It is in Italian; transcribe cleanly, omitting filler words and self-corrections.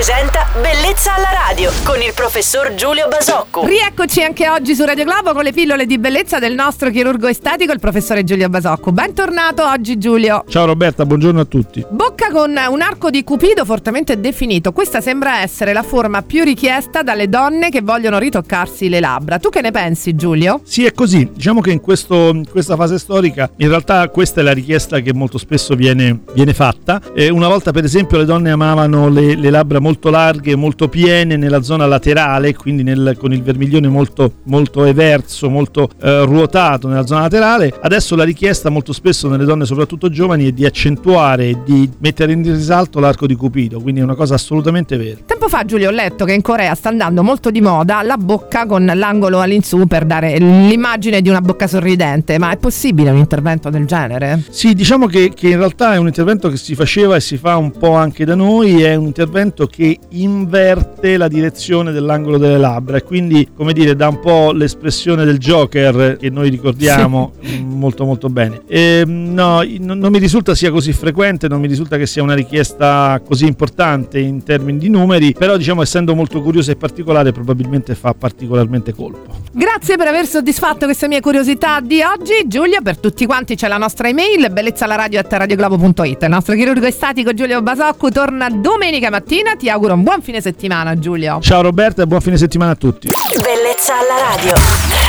presenta Bellezza alla radio con il professor Giulio Basocco. Rieccoci anche oggi su Radio Globo con le pillole di bellezza del nostro chirurgo estetico, il professore Giulio Basocco. Bentornato oggi, Giulio. Ciao Roberta, buongiorno a tutti. Bocca con un arco di Cupido fortemente definito. Questa sembra essere la forma più richiesta dalle donne che vogliono ritoccarsi le labbra. Tu che ne pensi, Giulio? Sì, è così. Diciamo che in questa fase storica in realtà questa è la richiesta che molto spesso viene fatta. Una volta per esempio le donne amavano le labbra molto larghe, molto piene nella zona laterale, quindi con il vermiglione molto everso, molto ruotato nella zona laterale. Adesso la richiesta molto spesso nelle donne, soprattutto giovani, è di accentuare e di mettere in risalto l'arco di Cupido, quindi è una cosa assolutamente vera. Tempo fa, Giulio, ho letto che in Corea sta andando molto di moda la bocca con l'angolo all'insù per dare l'immagine di una bocca sorridente, ma è possibile un intervento del genere? Sì, diciamo che in realtà è un intervento che si faceva e si fa un po' anche da noi, è un intervento che inverte la direzione dell'angolo delle labbra e quindi, come dire, dà un po' l'espressione del Joker che noi ricordiamo molto molto bene. No, non mi risulta sia così frequente, non mi risulta che sia una richiesta così importante in termini di numeri, però diciamo essendo molto curiosa e particolare probabilmente fa particolarmente colpo. Grazie per aver soddisfatto queste mie curiosità di oggi, Giulio. Per tutti quanti c'è la nostra email bellezzalaradio@radioglobo.it. Il nostro chirurgo estetico Giulio Basocco torna domenica mattina. Ti auguro un buon fine settimana, Giulio. Ciao Roberta e buon fine settimana a tutti. Bellezza alla radio.